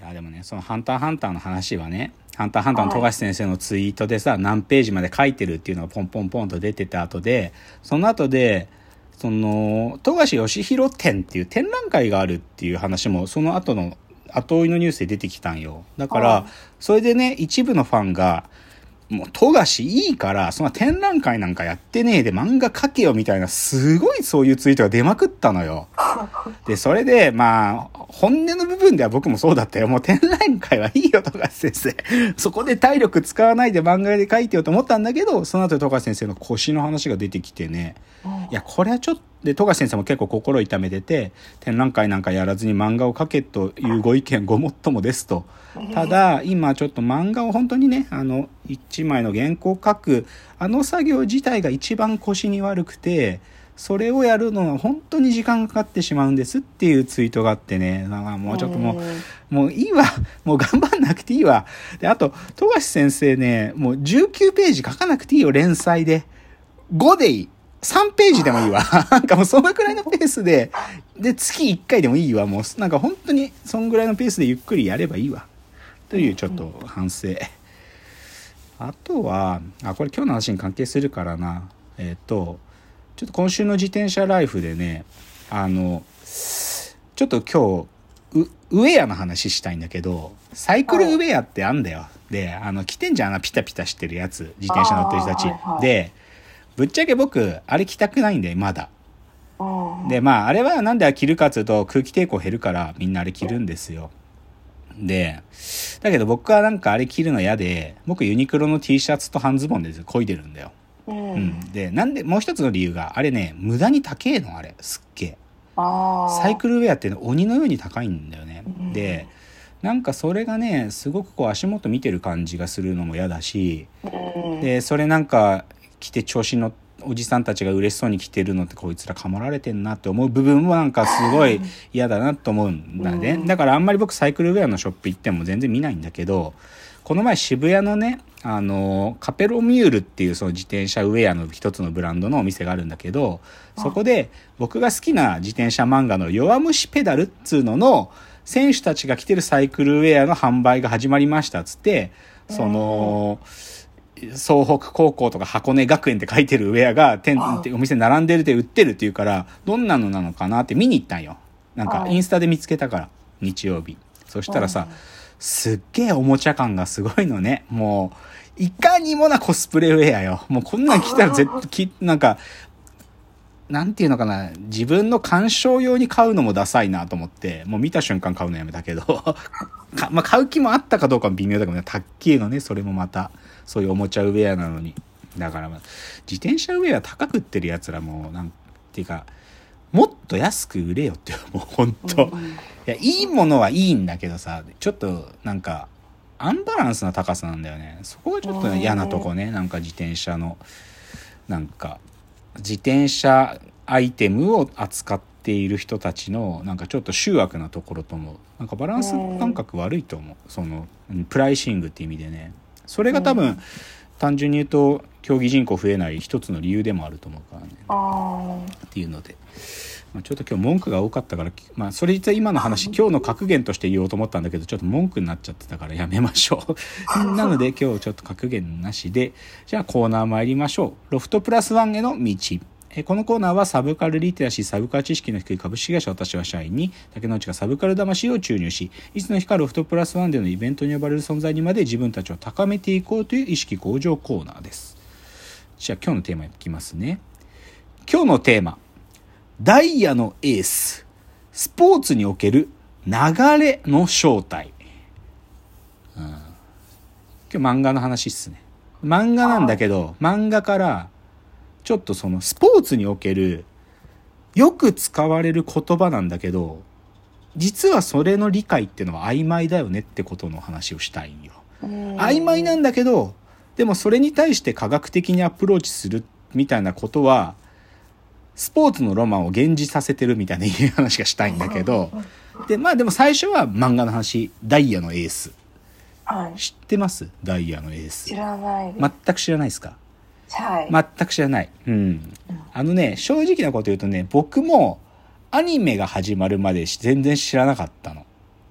でもね、そのハンターハンターの話はね、ハンターハンターの富樫先生のツイートでさ、何ページまで書いてるっていうのがポンポンポンと出てた後で、その後で、その、富樫義弘展っていう展覧会があるっていう話も、その後の、後追いのニュースで出てきたんよ。だから、それでね、一部のファンが、もう富樫いいから、そんな展覧会なんかやってねえで漫画描けよみたいな、すごいそういうツイートが出まくったのよ。で、それで、まあ、本音の部分では僕もそうだったよ。もう展覧会はいいよ、富樫先生。そこで体力使わないで漫画で描いてよと思ったんだけど、その後富樫先生の腰の話が出てきてね。いや、これはちょっと、で、富樫先生も結構心痛めてて、展覧会なんかやらずに漫画を描けというご意見ごもっともですと。ただ、今ちょっと漫画を本当にね、一枚の原稿を書く、作業自体が一番腰に悪くて、それをやるのは本当に時間がかかってしまうんですっていうツイートがあってね、だからもうちょっともういいわ。もう頑張んなくていいわ。で、あと、富樫先生ね、もう19ページ書かなくていいよ、連載で。5でいい。3ページでもいいわ。なんかもうそのくらいのペースで、月1回でもいいわ。もうなんか本当にそんぐらいのペースでゆっくりやればいいわ。というちょっと反省。あとは、これ今日の話に関係するからな。ちょっと今週の自転車ライフでね、ちょっと今日、ウェアの話したいんだけど、サイクルウェアってあんだよ。で、着てんじゃん、ピタピタしてるやつ。自転車乗ってる人たち。で、ぶっちゃけ僕、あれ着たくないんで、まだ。で、まあ、あれはなんで着るかっていうと、空気抵抗減るから、みんなあれ着るんですよ。で、だけど僕はなんかあれ着るの嫌で、僕ユニクロの T シャツと半ズボンで漕いでるんだよ。で、なんで、もう一つの理由が、あれね、無駄に高えの、あれ、すっげえ。サイクルウェアって、ね、鬼のように高いんだよね。で、なんかそれがね、すごくこう足元見てる感じがするのも嫌だし、で、それなんか着て調子のおじさんたちが嬉しそうに着てるのってこいつらかもられてんなって思う部分もなんかすごい嫌だなと思うんだね。だからあんまり僕サイクルウェアのショップ行っても全然見ないんだけど、この前渋谷のね、カペロミュールっていうその自転車ウェアの一つのブランドのお店があるんだけど、そこで僕が好きな自転車漫画の弱虫ペダルっつうのの選手たちが着てるサイクルウェアの販売が始まりましたっつって、その、総北高校とか箱根学園って書いてるウェアがお店並んでるで売ってるっていうから、どんなのなのかなって見に行ったんよ。なんかインスタで見つけたから、日曜日。そしたらさ、すっげえおもちゃ感がすごいのね。もう、いかにもなコスプレウェアよ。もうこんなん着たらなんか、なんていうのかな、自分の鑑賞用に買うのもダサいなと思って、もう見た瞬間買うのやめたけど、まあ買う気もあったかどうかも微妙だけどね、たっけえのね、それもまた、そういうおもちゃウェアなのに。だから、まあ、自転車ウェア高く売ってるやつらも、なんていうか、もっと安く売れよって、もうほんと。いや、いいものはいいんだけどさ、ちょっとなんか、アンバランスな高さなんだよね。そこがちょっと嫌なとこね。なんか自転車の、なんか、自転車アイテムを扱っている人たちのなんかちょっと醜悪なところともなんかバランス感覚悪いと思う。そのプライシングって意味でね。それが多分単純に言うと競技人口増えない一つの理由でもあると思うからね。っていうので、まあ、ちょっと今日文句が多かったから、まあそれ実は今の話今日の格言として言おうと思ったんだけど、ちょっと文句になっちゃってたからやめましょう。なので今日ちょっと格言なしで、じゃあコーナー参りましょう。ロフトプラスワンへの道。このコーナーはサブカルリテラシー、サブカル知識の低い株式会社私は社員に竹之内がサブカル魂を注入し、いつの日かロフトプラスワンでのイベントに呼ばれる存在にまで自分たちを高めていこうという意識向上コーナーです。じゃあ今日のテーマいきますね。今日のテーマ、ダイヤのエース、スポーツにおける流れの正体。今日漫画の話っすね。漫画なんだけど、漫画からちょっとそのスポーツにおけるよく使われる言葉なんだけど、実はそれの理解っていうのは曖昧だよねってことの話をしたいんよ。曖昧なんだけど、でもそれに対して科学的にアプローチするみたいなことはスポーツのロマンを現実させてるみたいな話がしたいんだけど、でまあでも最初は漫画の話、ダイヤのエース、はい、知ってます？ダイヤのエース。 知らないです。 全く知らないですか？ はい、 全く知らない。正直なこと言うとね、僕もアニメが始まるまで全然知らなかったの。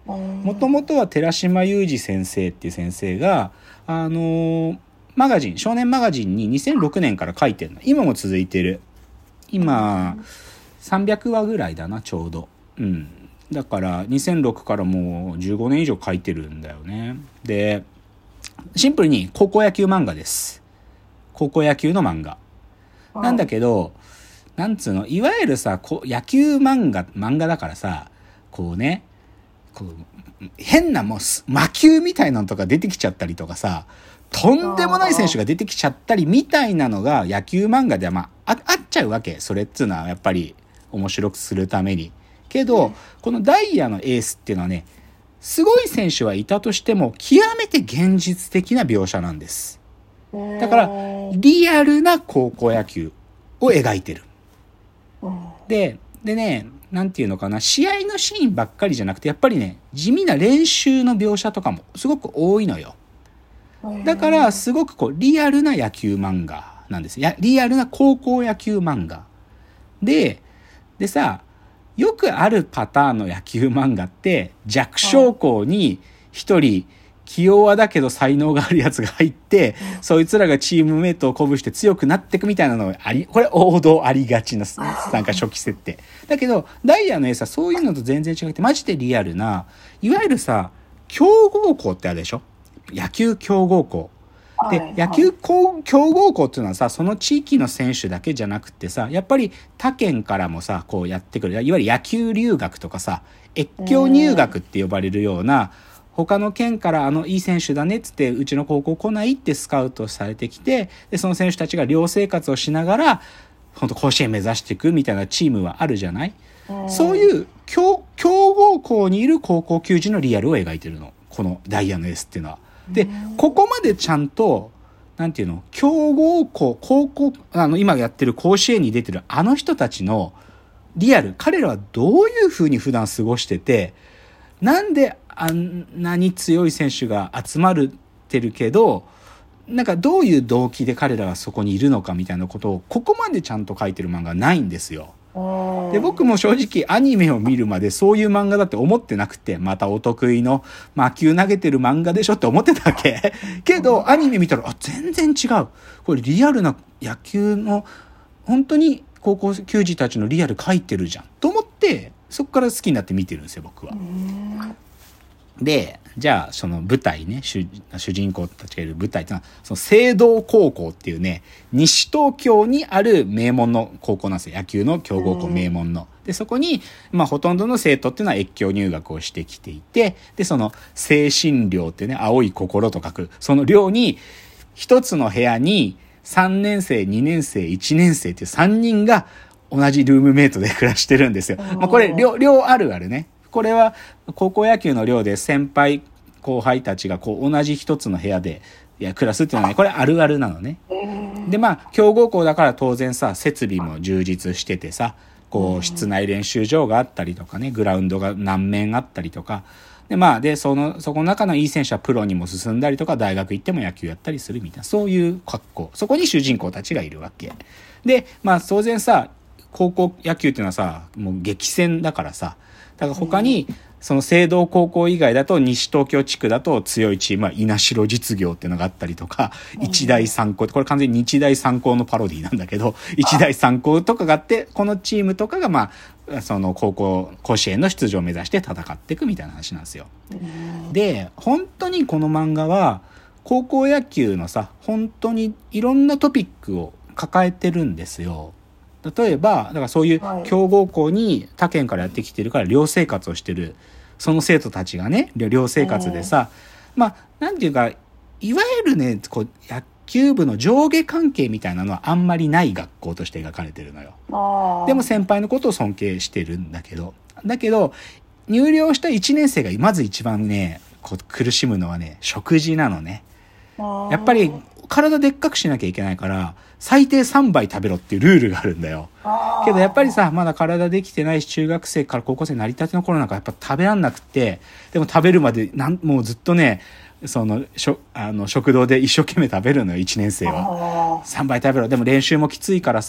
もともとは寺島雄二先生っていう先生が、マガジン、少年マガジンに2006年から書いてるの。今も続いてる。今、300話ぐらいだな、ちょうど。うん。だから、2006からもう15年以上書いてるんだよね。で、シンプルに高校野球漫画です。高校野球の漫画。なんだけど、なんつうの、いわゆるさ、野球漫画だからさ、こうね、こう変なもう魔球みたいなのとか出てきちゃったりとかさ、とんでもない選手が出てきちゃったりみたいなのが野球漫画ではあっちゃうわけ。それっつうのはやっぱり面白くするために。けど、このダイヤのエースっていうのはね、すごい選手はいたとしても極めて現実的な描写なんです。だからリアルな高校野球を描いてる。でね、なんていうのかな、試合のシーンばっかりじゃなくて、やっぱりね、地味な練習の描写とかもすごく多いのよ。だからすごくこうリアルな野球漫画なんです。リアルな高校野球漫画でさ、よくあるパターンの野球漫画って弱小校に一人器用だけど才能があるやつが入って、そいつらがチームメイトを鼓舞して強くなっていくみたいなのがこれ王道ありがちななんか初期設定だけど、ダイヤのエースはそういうのと全然違ってマジでリアルな、いわゆるさ、強豪校ってあるでしょ、野球強豪校で、野球強豪校っていうのはさ、その地域の選手だけじゃなくてさ、やっぱり他県からもさ、こうやってくる、いわゆる野球留学とかさ、越境入学って呼ばれるような、他の県からいい選手だねっつってうちの高校来ないってスカウトされてきて、でその選手たちが寮生活をしながら本当甲子園目指していくみたいなチームはあるじゃない。そういう強豪校にいる高校球児のリアルを描いてるの、このダイヤのエースっていうのは。でここまでちゃんとなんていうの、強豪校、高校、今やってる甲子園に出てる人たちのリアル、彼らはどういう風に普段過ごしてて、なんであんなに強い選手が集まってるけど、なんかどういう動機で彼らがそこにいるのかみたいなことをここまでちゃんと書いてる漫画はないんですよ。で僕も正直アニメを見るまでそういう漫画だって思ってなくて、またお得意の魔球投げてる漫画でしょって思ってたわけけどアニメ見たら全然違う、これリアルな野球の本当に高校球児たちのリアル書いてるじゃんと思って、そこから好きになって見てるんですよ僕は。でじゃあその舞台ね、主人公たちがいる舞台ってのはその聖堂高校っていうね、西東京にある名門の高校なんですよ、野球の強豪校名門の。でそこにほとんどの生徒っていうのは越境入学をしてきていて、でその精神寮ってね、青い心と書くその寮に一つの部屋に3年生2年生1年生っていう3人が同じルームメイトで暮らしてるんですよ。これ寮あるあるね。これは高校野球の寮で先輩後輩たちがこう同じ一つの部屋で暮らすっていうのはね、これあるあるなのね。で強豪校だから当然さ、設備も充実しててさ、こう室内練習場があったりとかね、グラウンドが何面あったりとかでそこの中のいい選手はプロにも進んだりとか、大学行っても野球やったりするみたいな、そういう格好、そこに主人公たちがいるわけで、当然さ、高校野球っていうのはさ、もう激戦だからさ、だから他にその聖堂高校以外だと西東京地区だと強いチームは稲城実業っていうのがあったりとか、日大三高、これ完全に日大三高のパロディなんだけど、日大三高とかがあって、このチームとかがその甲子園の出場を目指して戦っていくみたいな話なんですよ。で本当にこの漫画は高校野球のさ、本当にいろんなトピックを抱えてるんですよ。例えばだからそういう強豪校に他県からやってきてるから寮生活をしてるその生徒たちがね、寮生活でさ、なんていうか、いわゆるね、こう野球部の上下関係みたいなのはあんまりない学校として描かれてるのよ。でも先輩のことを尊敬してるんだけど入寮した1年生がまず一番ね、こう苦しむのはね、食事なのね。やっぱり体でっかくしなきゃいけないから最低3杯食べろっていうルールがあるんだよ。けどやっぱりさ、まだ体できてないし、中学生から高校生になりたての頃なんかやっぱ食べらんなくて、でも食べるまでもうずっとね、その食堂で一生懸命食べるのよ1年生は。3杯食べろ。でも練習もきついからさ、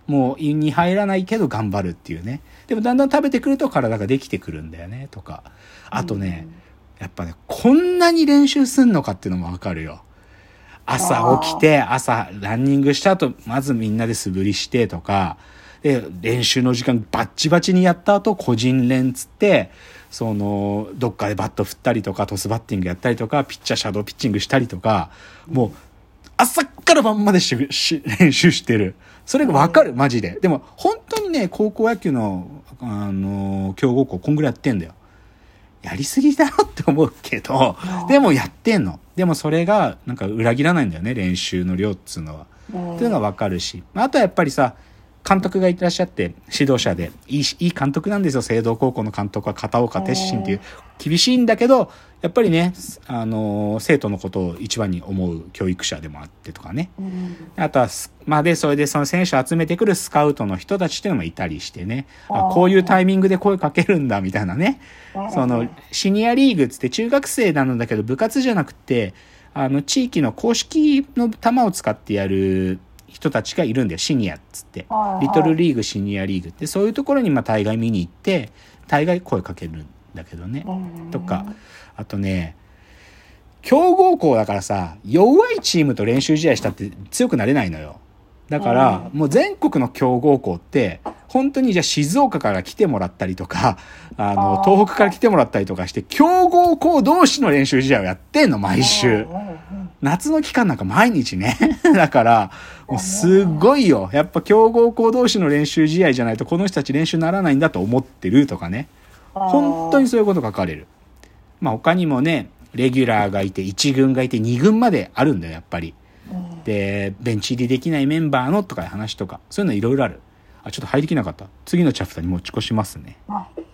もう胃に入らないけど頑張るっていうね。でもだんだん食べてくると体ができてくるんだよねとか。あとね、やっぱね、こんなに練習すんのかっていうのもわかるよ。朝起きて、朝ランニングした後、まずみんなで素振りしてとか、で、練習の時間バッチバチにやった後、個人練つって、どっかでバット振ったりとか、トスバッティングやったりとか、ピッチャーシャドーピッチングしたりとか、もう、朝から晩まで練習してる。それがわかる、マジで。でも、本当にね、高校野球の、強豪校、こんぐらいやってんだよ。やりすぎだろって思うけど、でもやってんの。でもそれが、なんか裏切らないんだよね、練習の量っつうのは。っていうのがわかるし。あとはやっぱりさ、監督がいらっしゃって、指導者で、いい監督なんですよ、聖堂高校の監督は片岡鉄心っていう、厳しいんだけど、やっぱりね、生徒のことを一番に思う教育者でもあってとかね。あとは、それでその選手を集めてくるスカウトの人たちっていうのもいたりしてね、こういうタイミングで声かけるんだ、みたいなね。シニアリーグつって中学生なんだけど、部活じゃなくて、地域の公式の球を使ってやる人たちがいるんだよ、シニアっつって。リトルリーグ、シニアリーグって、そういうところに大概見に行って、大概声かけるんだけどね。とか、あとね、強豪校だからさ、弱いチームと練習試合したって強くなれないのよ。だから、もう全国の強豪校って、本当にじゃあ静岡から来てもらったりとか、東北から来てもらったりとかして、強豪校同士の練習試合をやってんの、毎週。夏の期間なんか毎日ね。だから、もうすごいよ。やっぱ強豪校同士の練習試合じゃないとこの人たち練習にならないんだと思ってるとかね。本当にそういうこと書かれる。他にもね、レギュラーがいて、1軍がいて、2軍まであるんだよ、やっぱり。で、ベンチ入りできないメンバーのとか話とか、そういうのいろいろある。ちょっと入りきなかった。次のチャプターに持ち越しますね。